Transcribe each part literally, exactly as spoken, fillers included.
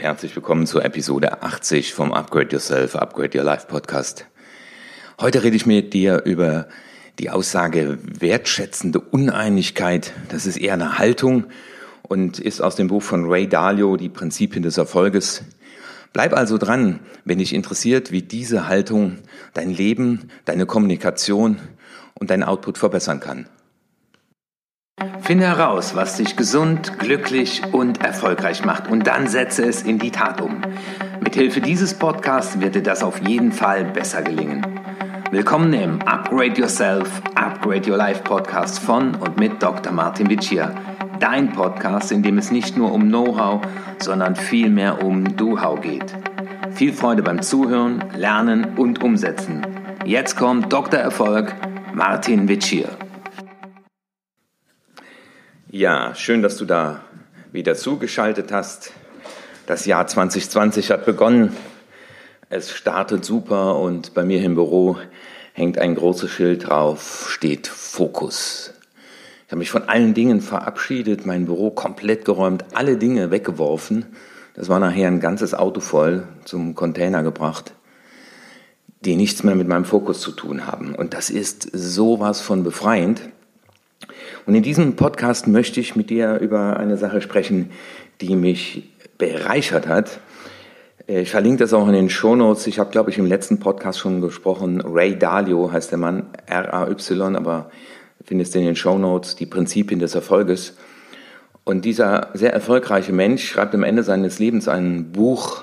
herzlich willkommen zur Episode achtzig vom Upgrade Yourself, Upgrade Your Life Podcast. Heute rede ich mit dir über die Aussage wertschätzende Uneinigkeit. Das ist eher eine Haltung und ist aus dem Buch von Ray Dalio, die Prinzipien des Erfolges. Bleib also dran, wenn dich interessiert, wie diese Haltung dein Leben, deine Kommunikation und dein Output verbessern kann. Finde heraus, was dich gesund, glücklich und erfolgreich macht und dann setze es in die Tat um. Mithilfe dieses Podcasts wird dir das auf jeden Fall besser gelingen. Willkommen im Upgrade Yourself, Upgrade Your Life Podcast von und mit Doktor Martin Vicia. Dein Podcast, in dem es nicht nur um Know-how, sondern vielmehr um Do-How geht. Viel Freude beim Zuhören, Lernen und Umsetzen. Jetzt kommt Doktor Erfolg, Martin Vicia. Ja, schön, dass du da wieder zugeschaltet hast. Das Jahr zwanzig zwanzig hat begonnen. Es startet super und bei mir im Büro hängt ein großes Schild drauf, steht Fokus. Ich habe mich von allen Dingen verabschiedet, mein Büro komplett geräumt, alle Dinge weggeworfen. Das war nachher ein ganzes Auto voll, zum Container gebracht, die nichts mehr mit meinem Fokus zu tun haben. Und das ist sowas von befreiend. Und in diesem Podcast möchte ich mit dir über eine Sache sprechen, die mich bereichert hat. Ich verlinke das auch in den Shownotes. Ich habe, glaube ich, im letzten Podcast schon gesprochen. Ray Dalio heißt der Mann, R A Y, aber findest du in den Shownotes die Prinzipien des Erfolges. Und dieser sehr erfolgreiche Mensch schreibt am Ende seines Lebens ein Buch,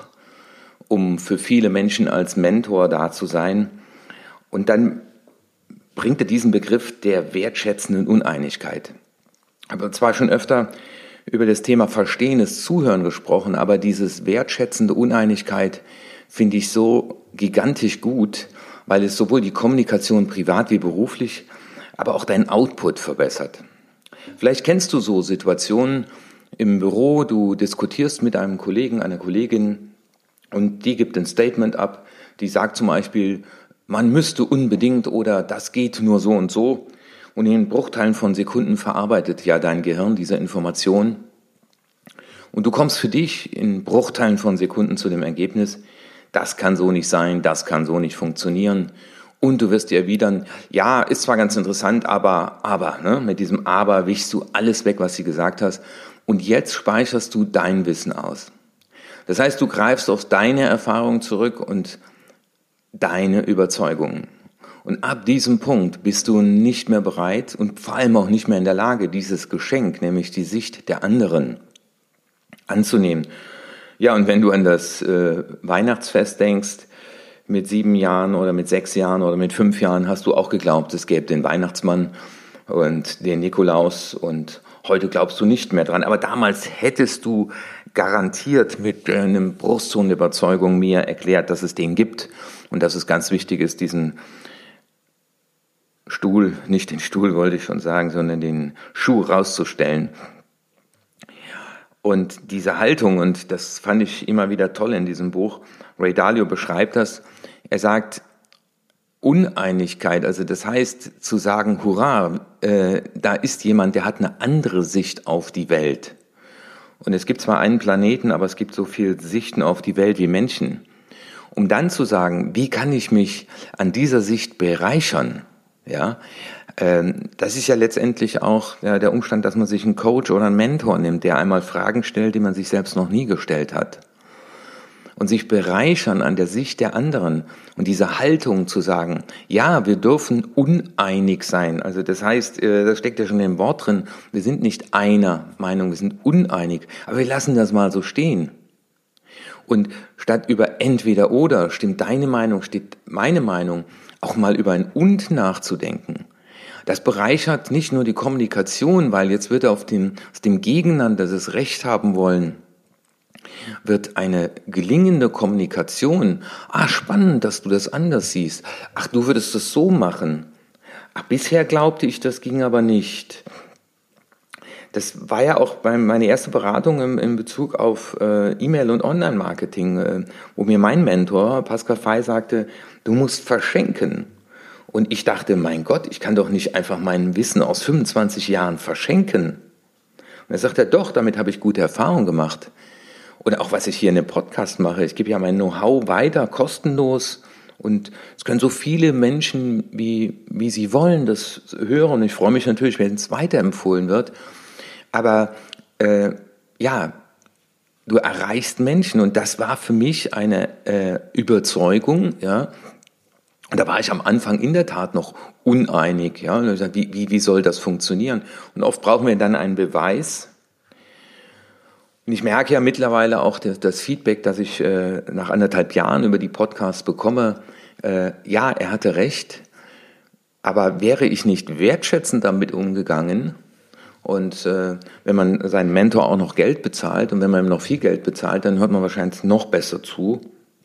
um für viele Menschen als Mentor da zu sein. Und dann bringt er diesen Begriff der wertschätzenden Uneinigkeit. Ich habe zwar schon öfter über das Thema verstehendes Zuhören gesprochen, aber dieses wertschätzende Uneinigkeit finde ich so gigantisch gut, weil es sowohl die Kommunikation privat wie beruflich, aber auch deinen Output verbessert. Vielleicht kennst du so Situationen im Büro, du diskutierst mit einem Kollegen, einer Kollegin und die gibt ein Statement ab, die sagt zum Beispiel, man müsste unbedingt oder das geht nur so und so. Und in Bruchteilen von Sekunden verarbeitet ja dein Gehirn diese Information. Und du kommst für dich in Bruchteilen von Sekunden zu dem Ergebnis, das kann so nicht sein, das kann so nicht funktionieren. Und du wirst dir erwidern, ja, ist zwar ganz interessant, aber, aber, ne? Mit diesem Aber wischst du alles weg, was sie gesagt hast. Und jetzt speicherst du dein Wissen aus. Das heißt, du greifst auf deine Erfahrung zurück und deine Überzeugungen. Und ab diesem Punkt bist du nicht mehr bereit und vor allem auch nicht mehr in der Lage, dieses Geschenk, nämlich die Sicht der anderen, anzunehmen. Ja, und wenn du an das äh, Weihnachtsfest denkst, mit sieben Jahren oder mit sechs Jahren oder mit fünf Jahren hast du auch geglaubt, es gäbe den Weihnachtsmann und den Nikolaus und heute glaubst du nicht mehr dran. Aber damals hättest du garantiert mit einem Bruchstton der Überzeugung mir erklärt, dass es den gibt und dass es ganz wichtig ist, diesen Stuhl, nicht den Stuhl wollte ich schon sagen, sondern den Schuh rauszustellen. Und diese Haltung, und das fand ich immer wieder toll in diesem Buch, Ray Dalio beschreibt das, er sagt, Uneinigkeit, also das heißt zu sagen, hurra, äh, da ist jemand, der hat eine andere Sicht auf die Welt. Und es gibt zwar einen Planeten, aber es gibt so viele Sichten auf die Welt wie Menschen. Um dann zu sagen, wie kann ich mich an dieser Sicht bereichern? Ja, ähm, das ist ja letztendlich auch ja, der Umstand, dass man sich einen Coach oder einen Mentor nimmt, der einmal Fragen stellt, die man sich selbst noch nie gestellt hat. Und sich bereichern an der Sicht der anderen und diese Haltung zu sagen, ja, wir dürfen uneinig sein. Also das heißt, äh, das steckt ja schon im Wort drin, wir sind nicht einer Meinung, wir sind uneinig, aber wir lassen das mal so stehen. Und statt über entweder oder stimmt deine Meinung, steht meine Meinung, auch mal über ein Und nachzudenken. Das bereichert nicht nur die Kommunikation, weil jetzt wird auf dem, aus dem Gegeneinander das Recht haben wollen, wird eine gelingende Kommunikation, ah, spannend, dass du das anders siehst, ach, du würdest das so machen, ach, bisher glaubte ich, das ging aber nicht. Das war ja auch bei meine erste Beratung im, in Bezug auf äh, E-Mail- und Online-Marketing, äh, wo mir mein Mentor, Pascal Fey, sagte, du musst verschenken. Und ich dachte, mein Gott, ich kann doch nicht einfach mein Wissen aus fünfundzwanzig Jahren verschenken. Und er sagt er, doch, damit habe ich gute Erfahrungen gemacht. oder auch was ich hier in dem Podcast mache. Ich gebe ja mein Know-how weiter, kostenlos. Und es können so viele Menschen, wie, wie sie wollen, das hören. Und ich freue mich natürlich, wenn es weiterempfohlen wird. Aber äh, ja, du erreichst Menschen. Und das war für mich eine äh, Überzeugung. Ja. Und da war ich am Anfang in der Tat noch uneinig. Ja. Und ich gesagt, wie, wie, wie soll das funktionieren? Und oft brauchen wir dann einen Beweis. Und ich merke ja mittlerweile auch das, das Feedback, das ich äh, nach anderthalb Jahren über die Podcasts bekomme. Äh, ja, er hatte recht, aber wäre ich nicht wertschätzend damit umgegangen und äh, wenn man seinen Mentor auch noch Geld bezahlt und wenn man ihm noch viel Geld bezahlt, dann hört man wahrscheinlich noch besser zu.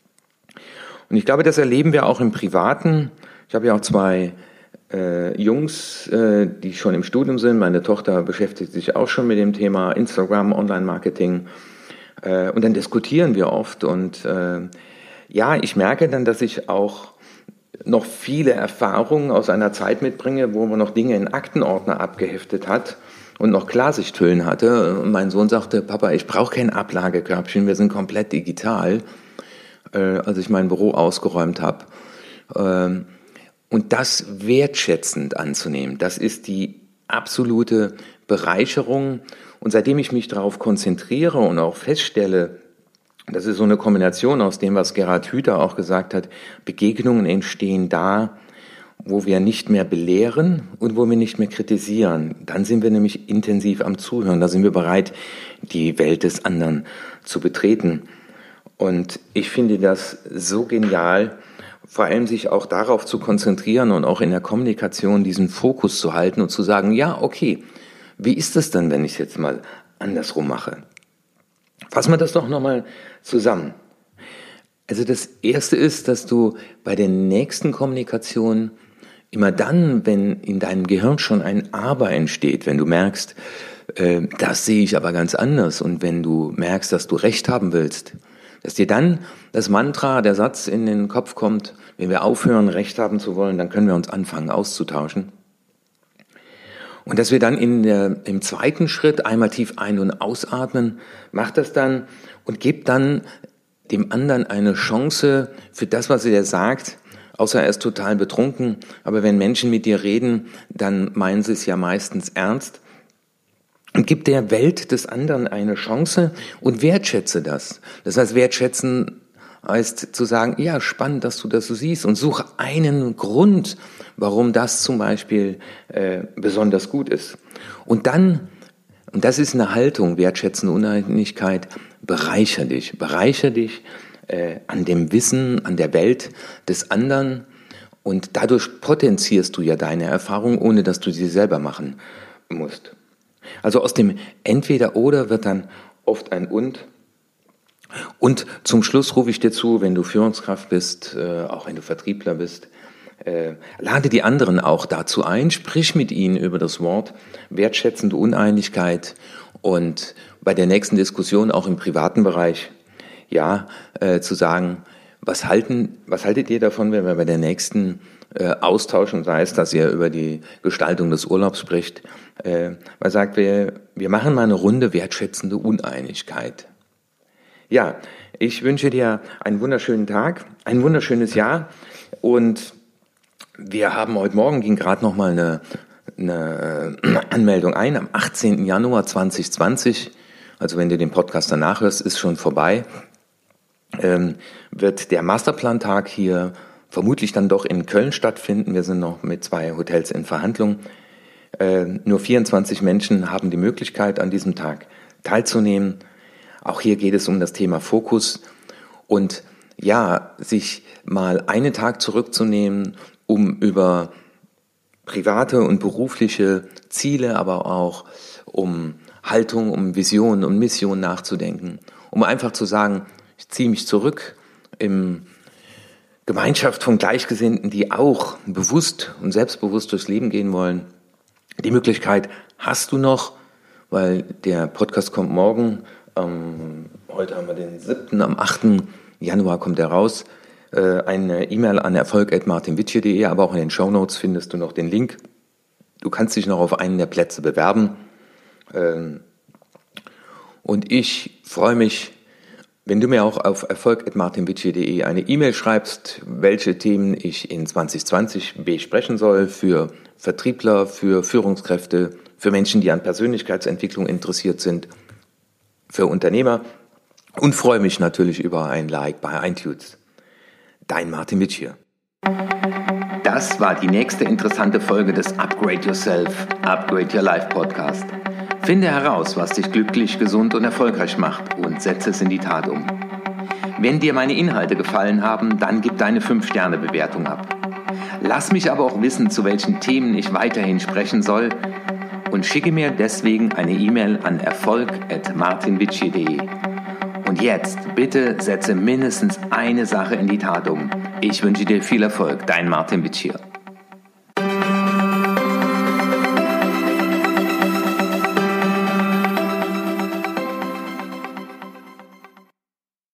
Und ich glaube, das erleben wir auch im Privaten. Ich habe ja auch zwei Äh, Jungs, äh, die schon im Studium sind. Meine Tochter beschäftigt sich auch schon mit dem Thema Instagram, Online-Marketing. Äh, und dann diskutieren wir oft. Und äh, ja, ich merke dann, dass ich auch noch viele Erfahrungen aus einer Zeit mitbringe, wo man noch Dinge in Aktenordner abgeheftet hat und noch Klarsichthüllen hatte. Und mein Sohn sagte, Papa, ich brauche kein Ablagekörbchen, wir sind komplett digital, äh, als ich mein Büro ausgeräumt habe. Ähm, Und das wertschätzend anzunehmen, das ist die absolute Bereicherung. Und seitdem ich mich darauf konzentriere und auch feststelle, das ist so eine Kombination aus dem, was Gerhard Hüther auch gesagt hat, Begegnungen entstehen da, wo wir nicht mehr belehren und wo wir nicht mehr kritisieren. Dann sind wir nämlich intensiv am Zuhören, da sind wir bereit, die Welt des anderen zu betreten. Und ich finde das so genial, vor allem sich auch darauf zu konzentrieren und auch in der Kommunikation diesen Fokus zu halten und zu sagen, ja, okay, wie ist es denn, wenn ich es jetzt mal andersrum mache? Fassen wir das doch nochmal zusammen. Also das Erste ist, dass du bei der nächsten Kommunikation immer dann, wenn in deinem Gehirn schon ein Aber entsteht, wenn du merkst, äh, das sehe ich aber ganz anders und wenn du merkst, dass du Recht haben willst, dass dir dann das Mantra, der Satz in den Kopf kommt, wenn wir aufhören, Recht haben zu wollen, dann können wir uns anfangen auszutauschen. Und dass wir dann in der, im zweiten Schritt einmal tief ein- und ausatmen, mach das dann und gib dann dem anderen eine Chance für das, was er dir sagt, außer er ist total betrunken. Aber wenn Menschen mit dir reden, dann meinen sie es ja meistens ernst. Und gib der Welt des anderen eine Chance und wertschätze das. Das heißt, wertschätzen heißt zu sagen, ja, spannend, dass du das so siehst und suche einen Grund, warum das zum Beispiel äh, besonders gut ist. Und dann, und das ist eine Haltung, wertschätzende Uneinigkeit, bereicher dich, bereicher dich äh, an dem Wissen, an der Welt des anderen und dadurch potenzierst du ja deine Erfahrung, ohne dass du sie selber machen musst. Also aus dem Entweder-Oder wird dann oft ein Und. Und zum Schluss rufe ich dir zu, wenn du Führungskraft bist, äh, auch wenn du Vertriebler bist, äh, lade die anderen auch dazu ein, sprich mit ihnen über das Wort wertschätzende Uneinigkeit und bei der nächsten Diskussion auch im privaten Bereich, ja, äh, zu sagen, was halten, was haltet ihr davon, wenn wir bei der nächsten äh, austauschen, sei es, dass ihr über die Gestaltung des Urlaubs spricht, äh, man sagt, wir, wir machen mal eine Runde wertschätzende Uneinigkeit. Ja, ich wünsche dir einen wunderschönen Tag, ein wunderschönes Jahr und wir haben heute Morgen, ging gerade noch mal eine, eine Anmeldung ein, am achtzehnten Januar zweitausendzwanzig, also wenn du den Podcast danach hörst, ist schon vorbei, ähm, wird der Masterplantag hier vermutlich dann doch in Köln stattfinden. Wir sind noch mit zwei Hotels in Verhandlung. Äh, nur vierundzwanzig Menschen haben die Möglichkeit, an diesem Tag teilzunehmen. Auch hier geht es um das Thema Fokus und ja, sich mal einen Tag zurückzunehmen, um über private und berufliche Ziele, aber auch um Haltung, um Vision und Mission nachzudenken, um einfach zu sagen, ich ziehe mich zurück im Gemeinschaft von Gleichgesinnten, die auch bewusst und selbstbewusst durchs Leben gehen wollen. Die Möglichkeit hast du noch, weil der Podcast kommt morgen. Ähm, heute haben wir den siebten Am achten Januar kommt er raus. Äh, eine E-Mail an erfolg at martin wittje punkt de, aber auch in den Shownotes findest du noch den Link. Du kannst dich noch auf einen der Plätze bewerben. Ähm, und ich freue mich Wenn du mir auch auf erfolg at martin witschier punkt de eine E-Mail schreibst, welche Themen ich in zwanzig zwanzig besprechen soll für Vertriebler, für Führungskräfte, für Menschen, die an Persönlichkeitsentwicklung interessiert sind, für Unternehmer, und freue mich natürlich über ein Like bei iTunes. Dein Martin Witschier. Das war die nächste interessante Folge des Upgrade Yourself, Upgrade Your Life Podcast. Finde heraus, was dich glücklich, gesund und erfolgreich macht und setze es in die Tat um. Wenn dir meine Inhalte gefallen haben, dann gib deine fünf Sterne Bewertung ab. Lass mich aber auch wissen, zu welchen Themen ich weiterhin sprechen soll, und schicke mir deswegen eine E-Mail an erfolg at martin witschier punkt de. Und jetzt, bitte setze mindestens eine Sache in die Tat um. Ich wünsche dir viel Erfolg, dein Martin Witschier.